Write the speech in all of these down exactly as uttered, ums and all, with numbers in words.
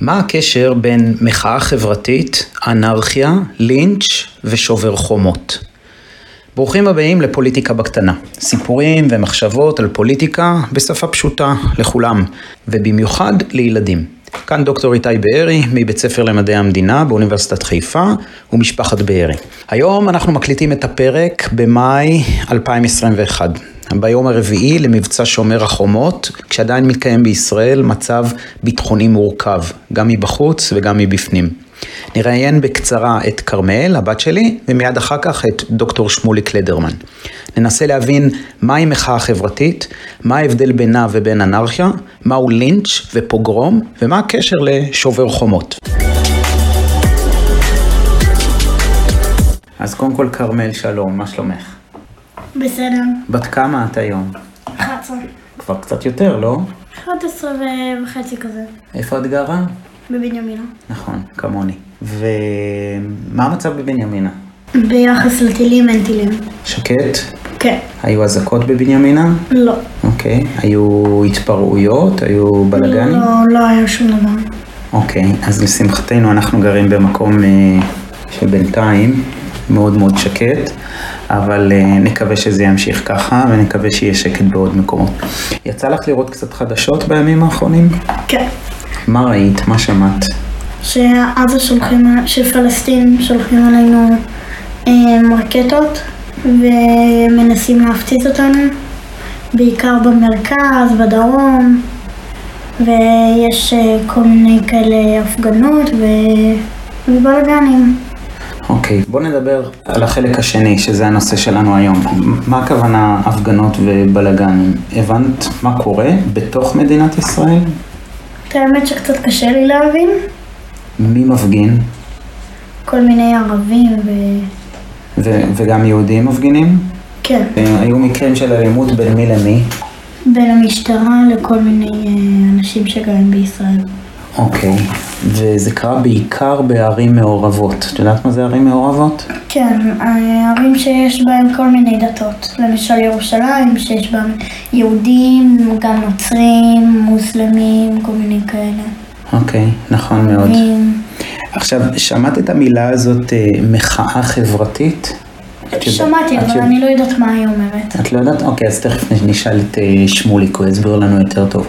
מה הקשר בין מחאה חברתית, אנרכיה, לינץ' ושובר חומות? ברוכים הבאים לפוליטיקה בקטנה. סיפורים ומחשבות על פוליטיקה בשפה פשוטה לכולם, ובמיוחד לילדים. כאן דוקטור איתי בארי, מבית ספר למדעי המדינה באוניברסיטת חיפה ומשפחת בארי. היום אנחנו מקליטים את הפרק במאי אלפיים עשרים ואחת. ביום הרביעי למבצע שומר החומות, כשעדיין מתקיים בישראל מצב ביטחוני מורכב, גם מבחוץ וגם מבפנים. נראיין בקצרה את קרמל, הבת שלי, ומיד אחר כך את דוקטור שמוליק לדרמן. ננסה להבין מהי מחאה חברתית, מה ההבדל בינה ובין אנרכיה, מהו לינץ' ופוגרום, ומה הקשר לשובר חומות. אז קודם כל קרמל, שלום, מה שלומך? בסדר. בת כמה את היום? אחת עשרה. כבר קצת יותר, לא? אחת עשרה וחצי כזה. איפה את גרה? בבנימינה. נכון, כמוני. ומה המצב בבנימינה? ביחס לטילים אין טילים. שקט? כן. היו אזעקות בבנימינה? לא. אוקיי. היו התפרעויות? היו בלגנים? לא, לא היה שום דבר. אוקיי, אז לשמחתנו אנחנו גרים במקום אה, שבינתיים מאוד מאוד שקט, אבל אה, נקווה שזה ימשיך ככה, ונקווה שיהיה שקט בעוד מקומות. יצא לך לראות קצת חדשות בימים האחרונים? כן. מה ראית? מה שמעת? שעזה שולחים, שפלסטין שולחים עלינו אה, רקטות, ומנסים להפציץ אותנו, בעיקר במרכז, בדרום, ויש אה, כל מיני כאלה הפגנות ו... ובלגנים. אוקיי, בוא נדבר על החלק השני, שזה הנושא שלנו היום. מה הכוונה הפגנות ובלגנים? הבנת מה קורה בתוך מדינת ישראל? את האמת שקצת קשה לי להבין. מי מפגין? כל מיני ערבים ו... ו- וגם יהודים מפגינים? כן. היו מקרים של אלימות בין מי למי? בין המשטרה לכל מיני אנשים שגרים בישראל. אוקיי, וזה קרה בעיקר בערים מעורבות. את יודעת מה זה ערים מעורבות? כן, ערים שיש בהם כל מיני דתות. למשל ירושלים, שיש בהם יהודים, גם נוצרים, מוסלמים, כל מיני כאלה. אוקיי, נכון מאוד. עכשיו, שמעת את המילה הזאת, מחאה חברתית? שמעתי, אבל אני לא יודעת מה היא אומרת. את לא יודעת? אוקיי, אז תכף נשאל את שמוליק, הוא יסביר לנו יותר טוב.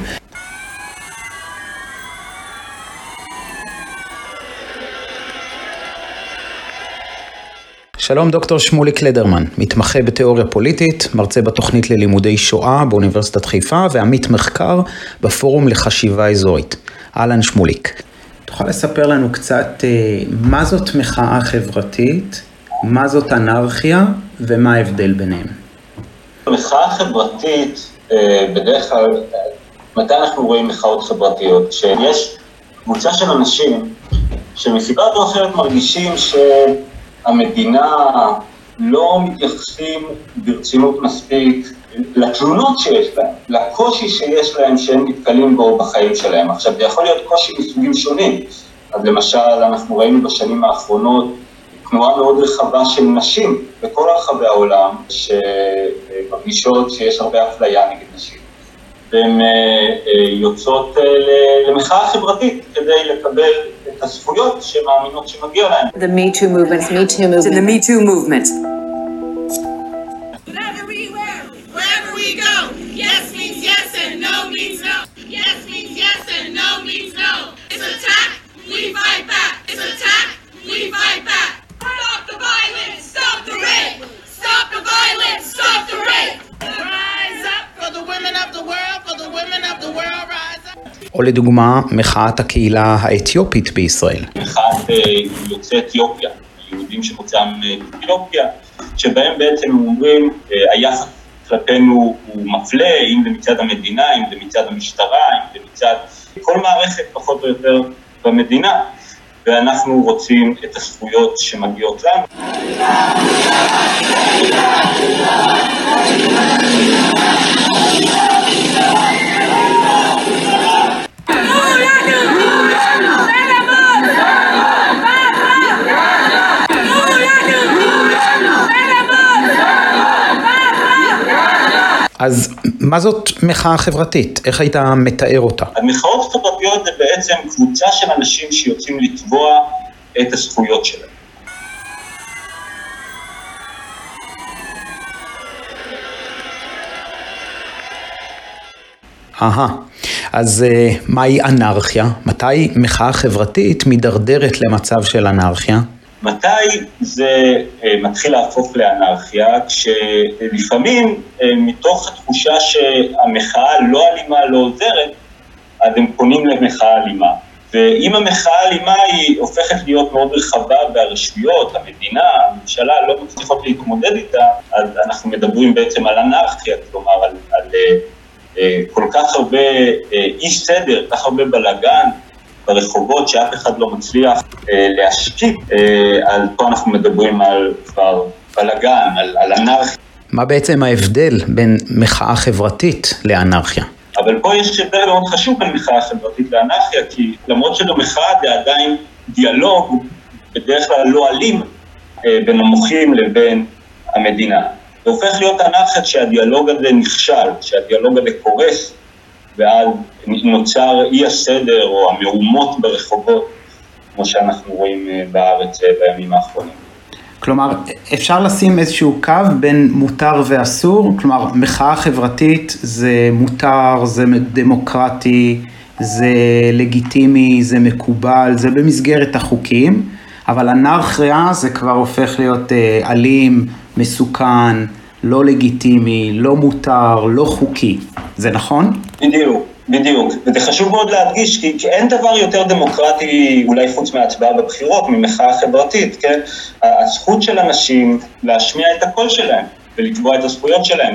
שלום דוקטור שמוליק לדרמן, מתמחה בתיאוריה פוליטית, מרצה בתוכנית ללימודי שואה באוניברסיטת חיפה ועמית מחקר בפורום לחשיבה אזורית. אהלן שמוליק. תוכל לספר לנו קצת מה זאת מחאה חברתית, מה זאת אנרכיה ומה ההבדל ביניהם? מחאה חברתית, בדרך כלל, מתי אנחנו רואים מחאות חברתיות? שיש קבוצה של אנשים שמסיבה או אחרת מרגישים שהמדינה לא מתייחסים ברצינות מספיק לתלונות שיש להם, לקושי שיש להם שהם מתקלים בו בחיים שלהם. עכשיו, זה יכול להיות קושי מסוגים שונים. אז למשל, אנחנו ראינו בשנים האחרונות תנועה מאוד רחבה של נשים בכל רחבי העולם, שמרגישות שיש הרבה אפליה נגד נשים. והן יוצאות למחאה חברתית כדי לקבל את הזכויות שמאמינות שמגיע להן. The Me Too movement, Me Too movement. The Me Too movement. Wherever we were, wherever we go, yes means yes and no means no. Yes means yes and no means no. It's attack, we fight back. It's attack, we fight back. Stop the violence, stop the rape. Stop the violence, stop the rape. Rise up for the women of the world, for the women of the world, rise up. או לדוגמה, מחאת הקהילה האתיופית בישראל. מחאת יוצאי אתיופיה, יהודים שמוצאים מאתיופיה, שבהם בעצם אומרים, היחס כלפינו הוא מפלה, אם זה מצד המדינה, אם זה מצד המשטרה, אם זה מצד כל מערכת פחות או יותר במדינה, ואנחנו רוצים את הזכויות שמגיעות לנו. אז מה זאת מחאה חברתית? איך היית מתאר אותה? המחאות חברתיות זה בעצם קבוצה של אנשים שיוצאים לתבוע את הזכויות שלהם. אהה, אז uh, מהי אנרכיה? מתי מחאה חברתית מדרדרת למצב של אנרכיה? מתי זה uh, מתחיל להפוך לאנרכיה? כשלפעמים uh, מתוך התחושה שהמחאה לא אלימה, לא עוזרת, אז הם פונים למחאה אלימה. ואם המחאה האלימה היא הופכת להיות מאוד רחבה והרשויות, המדינה, הממשלה לא מצליחות להתמודד איתה, אז אנחנו מדברים בעצם על אנרכיה, כלומר על, על כל כך הרבה אי סדר, כל כך הרבה בלגן ברחובות שאף אחד לא מצליח להשקיט, על פה אנחנו מדברים על כבר בלגן, על, על אנרכיה. מה בעצם ההבדל בין מחאה חברתית לאנרכיה? אבל פה יש הבדל מאוד חשוב בין מחאה חברתית לאנרכיה, כי למרות שזו מחאה זה עדיין דיאלוג, בדרך כלל לא אלים, בין המוחים לבין המדינה. זה הופך להיות אנרכיה שהדיאלוג הזה נכשל, שהדיאלוג הזה קורס, ואז נוצר אי הסדר או המהומות ברחובות, כמו שאנחנו רואים בארץ בימים האחרונים. כלומר, אפשר לשים איזשהו קו בין מותר ואסור? כלומר, מחאה חברתית זה מותר, זה דמוקרטי, זה לגיטימי, זה מקובל, זה במסגרת החוקים, אבל אנרכיה זה כבר הופך להיות אלים, מסוכן, לא לגיטימי, לא מותר, לא חוקי. זה נכון? בדיוק, בדיוק. וזה חשוב מאוד להדגיש, כי, כי אין דבר יותר דמוקרטי, אולי חוץ מההצבעה בבחירות, ממחאה חברתית, כן? הזכות של אנשים להשמיע את הקול שלהם, ולקבוע את הזכויות שלהם.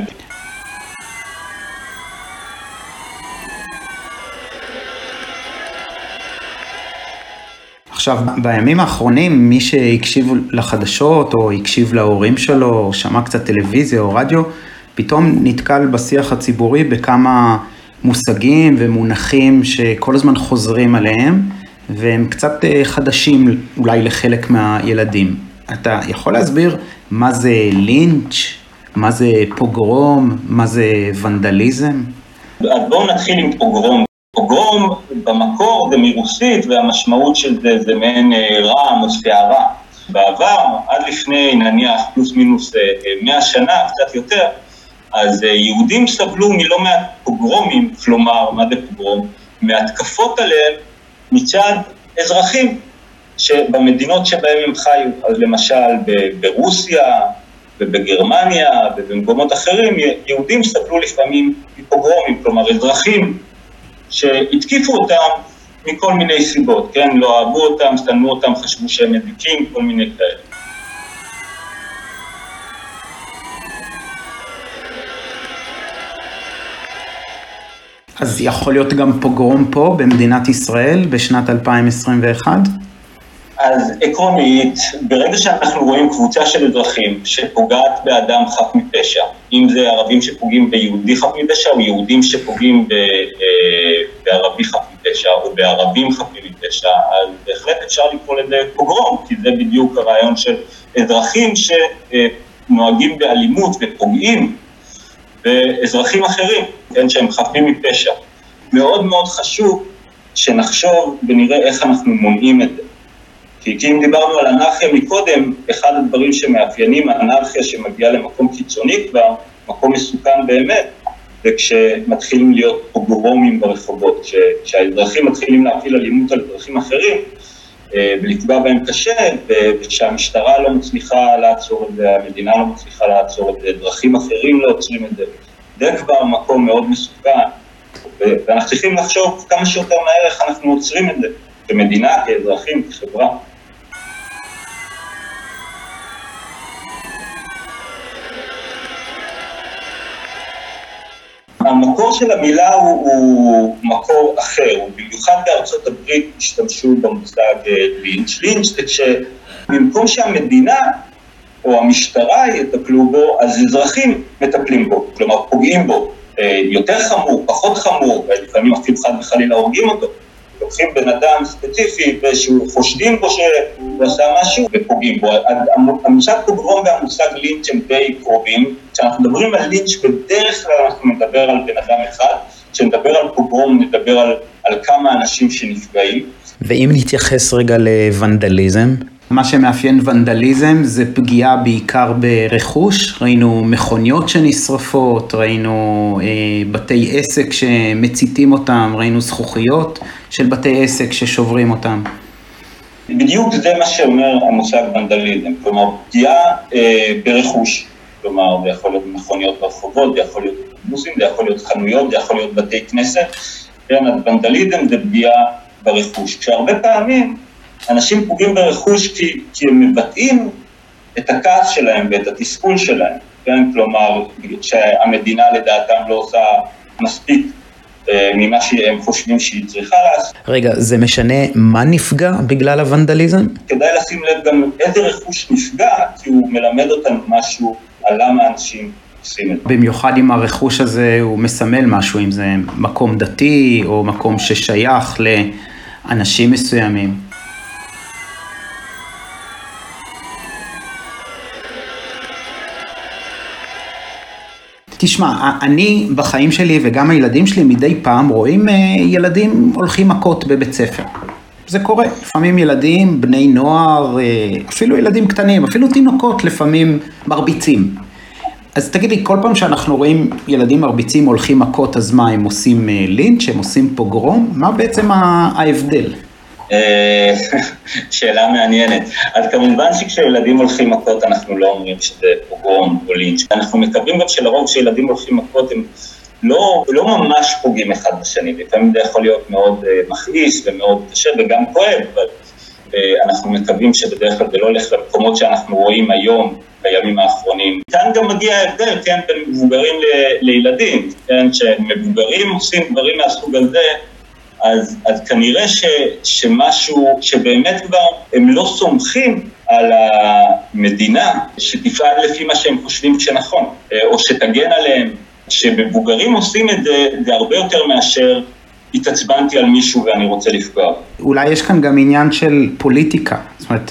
עכשיו, בימים האחרונים, מי שהקשיב לחדשות, או הקשיב להורים שלו, או שמע קצת טלוויזיה או רדיו, פתאום נתקל בשיח הציבורי בכמה מושגים ומונחים שכל הזמן חוזרים עליהם, והם קצת חדשים אולי לחלק מהילדים. אתה יכול להסביר מה זה לינץ', מה זה פוגרום, מה זה ונדליזם? אז בואו נתחיל עם פוגרום. פוגרום במקור זה מרוסית, והמשמעות של זה זה מעין רעם או סערה. בעבר, עד לפני נניח פלוס מינוס מאה שנה, קצת יותר, אז יהודים סבלו מלא מעט פוגרומים, כלומר, מה זה פוגרום? מהתקפות עליהם מצד אזרחים שבמדינות שבהם הם חיו. אז למשל ברוסיה ובגרמניה ובמקומות אחרים, יהודים סבלו לפעמים מפוגרומים, כלומר אזרחים שהתקיפו אותם מכל מיני סיבות, כן? לא אהבו אותם, סתנו אותם, חשבו שהם מדיקים, כל מיני כאלה. אז יכול להיות גם פוגרום פה במדינת ישראל בשנת אלפיים עשרים ואחת? אז עקרונית, ברגע שאנחנו רואים קבוצה של אזרחים שפוגעת באדם חף מפשע, אם זה ערבים שפוגעים ביהודי חף מפשע, או יהודים שפוגעים בערבי חף מפשע, או בערבים חפים מפשע, אז בהחלט אפשר לקרוא לזה פוגרום, כי זה בדיוק הרעיון של אזרחים שנוהגים באלימות ופוגעים באזרחים אחרים, כן, שהם חפים מפשע. מאוד מאוד חשוב שנחשוב ונראה איך אנחנו מונעים את זה. כי אם דיברנו על אנרכיה מקודם, אחד הדברים שמאפיינים האנרכיה שמגיעה למקום קיצוני כבר, מקום מסוכן באמת, זה כשמתחילים להיות פוגרומים ברחובות, כשהאזרחים מתחילים להפעיל אלימות על אזרחים אחרים, ולפגוע בהם קשה, וכשהמשטרה לא מצליחה לעצור את זה, המדינה לא מצליחה לעצור את זה, אזרחים אחרים לא עוצרים את זה, זה כבר מקום מאוד מסוכן, ואנחנו צריכים לחשוב כמה שיותר מהר איך אנחנו עוצרים את זה, כמדינה, כאזרחים, כחברה. המקור של המילה הוא, הוא מקור אחר, ובמיוחד בארצות הברית השתמשו במושג לינץ'. לינץ' זה כשבמקום שהמדינה או המשטרה יטפלו בו, אז אזרחים מטפלים בו, כלומר פוגעים בו, יותר חמור, פחות חמור, ולפעמים אפילו חד וחלילה הורגים אותו. לוקחים בן אדם ספציפי ושהוא חושדים בו שהוא עשה משהו ופוגעים בו. המושג פוגרום והמושג לינץ' הם די קרובים. כשאנחנו מדברים על לינץ' בדרך כלל אנחנו מדבר על בן אדם אחד, כשנדבר על פוגרום נדבר על, על כמה אנשים שנפגעים. ואם נתייחס רגע לוונדליזם, מה שמאפיין ונדליזם זה פגיעה בעיקר ברכוש, ראינו מכוניות שנשרפות, ראינו אה, בתי עסק שמציתים אותם, ראינו זכוכיות של בתי עסק ששוברים אותם. בדיוק זה מה שאומר המושג ונדליזם, כלומר פגיעה אה, ברכוש, כלומר זה יכול להיות מכוניות ברחובות, זה יכול להיות אוטובוסים, זה יכול להיות חנויות, זה יכול להיות בתי כנסת, כן, ונדליזם זה פגיעה ברכוש, כשהרבה פעמים אנשים פוגעים ברכוש כי, כי הם מבטאים את הכעס שלהם ואת התסכול שלהם, כן? כלומר, שהמדינה לדעתם לא עושה מספיק אה, ממה שהם חושבים שהיא צריכה לעשות. רגע, זה משנה מה נפגע בגלל הוונדליזם? כדאי לשים לב גם איזה רכוש נפגע, כי הוא מלמד אותנו משהו על למה אנשים עושים את זה. במיוחד אם הרכוש הזה הוא מסמל משהו, אם זה מקום דתי או מקום ששייך לאנשים מסוימים. תשמע, אני בחיים שלי וגם הילדים שלי מדי פעם רואים ילדים הולכים מכות בבית ספר. זה קורה, לפעמים ילדים, בני נוער, אפילו ילדים קטנים, אפילו תינוקות לפעמים מרביצים. אז תגיד לי, כל פעם שאנחנו רואים ילדים מרביצים הולכים מכות, אז מה, הם עושים לינץ', הם עושים פוגרום? מה בעצם ההבדל? שאלה מעניינת. אז כמובן שכשילדים הולכים מכות אנחנו לא אומרים שזה פוגרום או לינץ'. אנחנו מקווים גם שלרוב כשילדים הולכים מכות הם לא, לא ממש פוגעים אחד בשני. לפעמים זה יכול להיות מאוד מכעיס ומאוד קשה וגם כואב, אבל אנחנו מקווים שבדרך כלל זה לא הולך למקומות שאנחנו רואים היום בימים האחרונים. כאן גם מגיע ההבדל, כן, בין מבוגרים ל- לילדים, כן, שמבוגרים עושים דברים מהסוג הזה, אז, אז כנראה ש, שמשהו, שבאמת כבר הם לא סומכים על המדינה שתפעל לפי מה שהם חושבים שנכון, או שתגן עליהם. כשמבוגרים עושים את זה, זה הרבה יותר מאשר התעצבנתי על מישהו ואני רוצה לפגוע. אולי יש כאן גם עניין של פוליטיקה, זאת אומרת,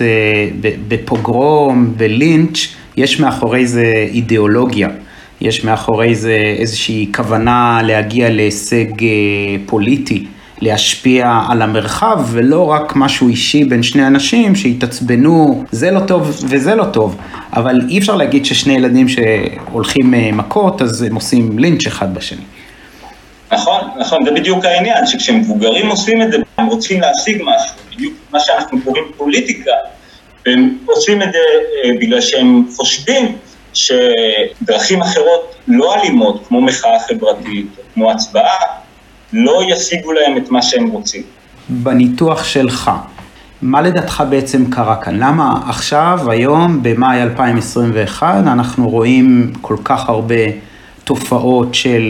בפוגרום, בלינץ', יש מאחורי זה אידיאולוגיה, יש מאחורי זה איזושהי כוונה להגיע להישג פוליטי, להשפיע על המרחב, ולא רק משהו אישי בין שני אנשים שהתעצבנו, זה לא טוב וזה לא טוב, אבל אי אפשר להגיד ששני ילדים שהולכים מכות, אז הם עושים לינץ' אחד בשני. נכון, נכון, זה בדיוק העניין, שכשמבוגרים עושים את זה, הם רוצים להשיג משהו, בדיוק מה שאנחנו קוראים פוליטיקה, והם עושים את זה בגלל שהם חושבים שדרכים אחרות לא אלימות, כמו מחאה חברתית, כמו הצבעה, לא ישיגו להם את מה שהם רוצים. בניתוח שלך, מה לדעתך בעצם קרה כאן? למה עכשיו, היום, במאי אלפיים עשרים ואחת, אנחנו רואים כל כך הרבה תופעות של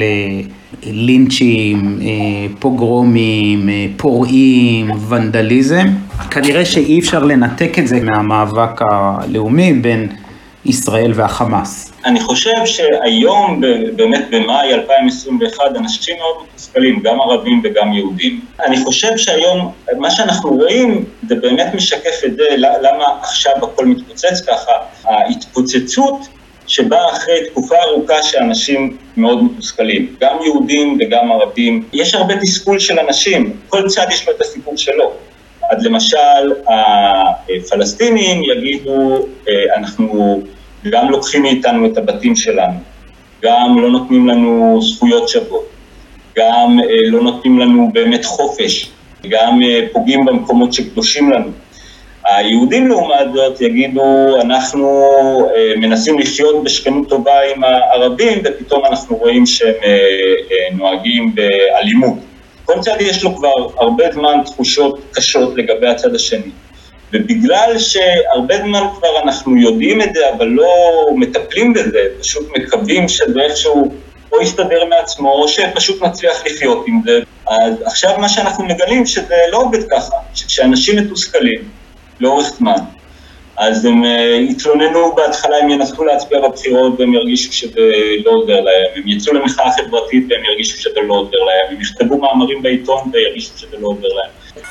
לינצ'ים, פוגרומים, פורעים, ונדליזם? כנראה שאי אפשר לנתק את זה מהמאבק הלאומי בין ישראל והחמאס. אני חושב שהיום, באמת במאי אלפיים עשרים ואחת, אנשים מאוד מתוסכלים, גם ערבים וגם יהודים. אני חושב שהיום, מה שאנחנו רואים, זה באמת משקף את זה, למה עכשיו הכל מתפוצץ ככה. ההתפוצצות שבאה אחרי תקופה ארוכה שאנשים מאוד מתוסכלים, גם יהודים וגם ערבים. יש הרבה תסכול של אנשים, כל צד יש לו את הסיפור שלו. עד למשל, הפלסטינים יגידו, אנחנו גם לוקחים מאיתנו את הבתים שלנו, גם לא נותנים לנו זכויות שוות, גם לא נותנים לנו באמת חופש, גם פוגעים במקומות שקדושים לנו. היהודים לעומת זאת יגידו, אנחנו מנסים לחיות בשכנות טובה עם הערבים, ופתאום אנחנו רואים שהם נוהגים באלימות. כל צד יש לו כבר הרבה זמן תחושות קשות לגבי הצד השני. ובגלל שהרבה זמן כבר אנחנו יודעים את זה, אבל לא מטפלים בזה, פשוט מקווים שזה איכשהו או יסתדר מעצמו, או שפשוט מצליח לחיות עם זה. אז עכשיו מה שאנחנו מגלים שזה לא עובד ככה, שכשאנשים מתוסכלים לאורך זמן, אז הם יתלוננו בהתחלה, הם ינסו להצביע בבחירות והם ירגישו שזה לא עוזר להם, הם יצאו למחאה חברתית והם ירגישו שזה לא עוזר להם, הם יכתבו מאמרים בעיתון וירגישו שזה לא עוזר להם.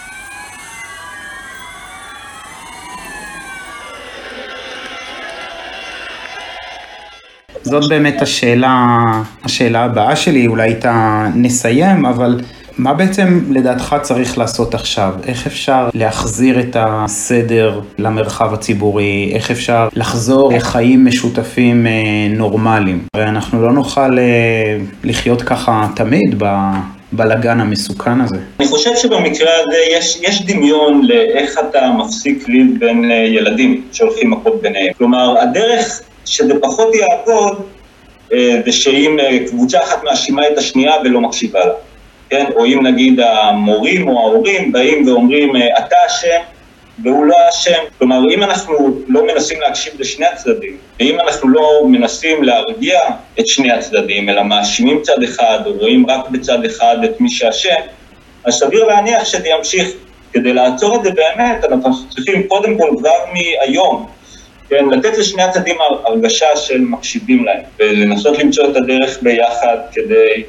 זאת באמת השאלה, השאלה הבאה שלי, אולי איתה נסיים, אבל מה בעצם לדעתך צריך לעשות עכשיו? איך אפשר להחזיר את הסדר למרחב הציבורי? איך אפשר לחזור לחיים משותפים נורמליים? הרי אנחנו לא נוכל לחיות ככה תמיד בבלגן המסוכן הזה. אני חושב שבמקרה הזה יש, יש דמיון לאיך אתה מפסיק ריב בין ילדים שהולכים מכות ביניהם. כלומר, הדרך שזה פחות יעבוד זה שאם קבוצה אחת מאשימה את השנייה ולא מקשיבה לה. כן? או אם נגיד המורים או ההורים באים ואומרים אתה אשם והוא לא אשם. כלומר, אם אנחנו לא מנסים להקשיב לשני הצדדים, ואם אנחנו לא מנסים להרגיע את שני הצדדים, אלא מאשימים צד אחד, או רואים רק בצד אחד את מי שאשם, אז סביר להניח שזה ימשיך. כדי לעצור את זה באמת, אנחנו צריכים קודם כל כבר מהיום, כן, לתת לשני הצדדים הרגשה של מקשיבים להם, ולנסות למצוא את הדרך ביחד כדי...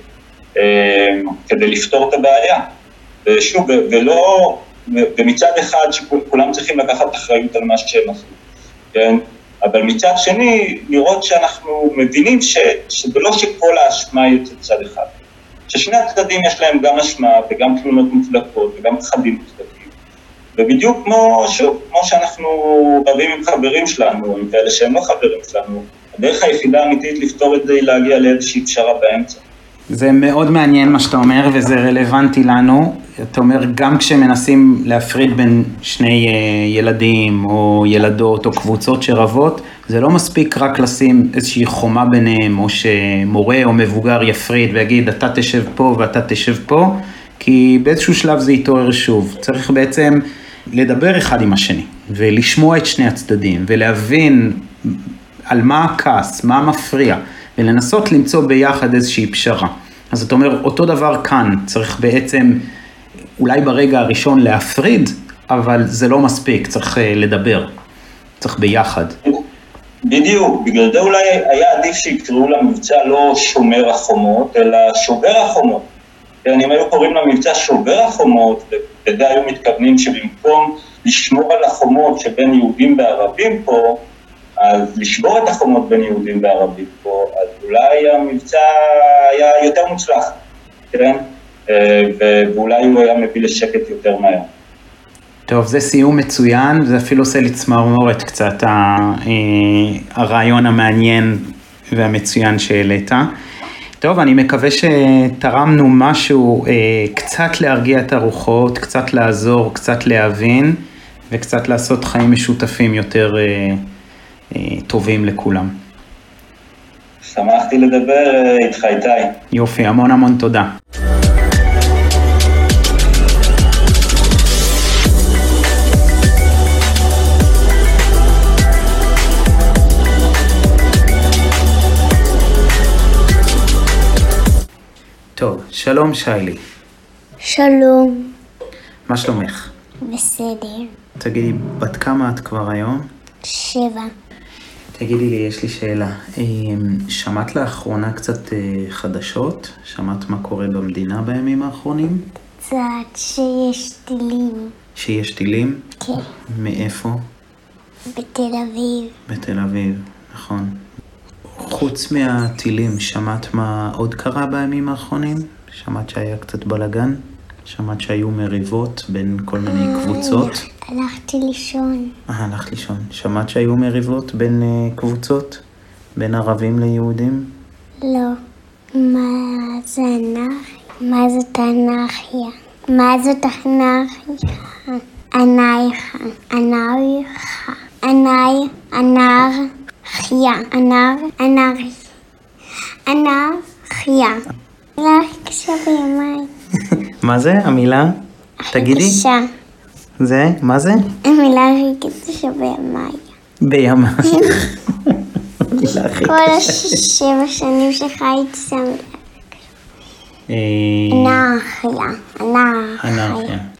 כדי לפתור את הבעיה. ושוב, ולא, ומצד אחד שכולם צריכים לקחת אחריות על מה שהם עשו, כן? אבל מצד שני, לראות שאנחנו מבינים ש, שבלא שכל האשמה יוצאת צד אחד. ששני הצדדים יש להם גם אשמה וגם תלונות מוצדקות וגם פחדים מוצדקים. ובדיוק כמו, שוב, כמו שאנחנו רבים עם חברים שלנו, עם כאלה שהם לא חברים שלנו, הדרך היחידה האמיתית לפתור את זה היא להגיע לאיזושהי פשרה באמצע. זה מאוד מעניין מה שאתה אומר, וזה רלוונטי לנו. אתה אומר, גם כשמנסים להפריד בין שני ילדים או ילדות או קבוצות שרבות, זה לא מספיק רק לשים איזושהי חומה ביניהם, או שמורה או מבוגר יפריד ויגיד, אתה תשב פה ואתה תשב פה, כי באיזשהו שלב זה יתעורר שוב. צריך בעצם לדבר אחד עם השני, ולשמוע את שני הצדדים, ולהבין על מה הכעס, מה מפריע, ולנסות למצוא ביחד איזושהי פשרה. אז אתה אומר, אותו דבר כאן, צריך בעצם, אולי ברגע הראשון להפריד, אבל זה לא מספיק, צריך לדבר, צריך ביחד. בדיוק, בגלל זה אולי היה עדיף שיקראו למבצע לא שומר החומות, אלא שובר החומות. אם היו קוראים למבצע שובר החומות, ובזה היו מתכוונים שבמקום לשמור על החומות שבין יהודים וערבים פה, אז לשבור את החומות בין יהודים וערבים פה, אז אולי המבצע היה יותר מוצלח, כן? ואולי הוא היה מביא לשקט יותר מהר. טוב, זה סיום מצוין, זה אפילו עושה לי צמרמורת קצת, הרעיון המעניין והמצוין שהעלית. טוב, אני מקווה שתרמנו משהו, קצת להרגיע את הרוחות, קצת לעזור, קצת להבין, וקצת לעשות חיים משותפים יותר טובים לכולם. שמחתי לדבר איתך איתי. יופי, המון המון תודה. טוב, שלום שיילי. שלום. מה שלומך? בסדר. תגידי, בת כמה את כבר היום? שבע. תגידי לי, יש לי שאלה. שמעת לאחרונה קצת חדשות? שמעת מה קורה במדינה בימים האחרונים? קצת שיש טילים. שיש טילים? כן. מאיפה? בתל אביב. בתל אביב, נכון. חוץ מהטילים, שמעת מה עוד קרה בימים האחרונים? שמעת שהיה קצת בלגן? שמעת שהיו מריבות בין כל מיני קבוצות? הלכתי לישון. אה, הלכת לישון. שמעת שהיו מריבות בין uh, קבוצות? בין ערבים ליהודים? לא. מה זה אנרכיה? מה זאת אנרכיה? מה זאת אנרכיה? אנרכיה. אנרכיה. אנרכיה. אנרכיה. אנרכיה. אנרכיה. מילה הכי קשה בימיי. מה זה המילה? תגידי. הכי קשה. זה? מה זה? המילה הכי קשה בימיי. בימיי. כל השבע שנים שחייתי שם. אנרכיה. אנרכיה. אנרכיה.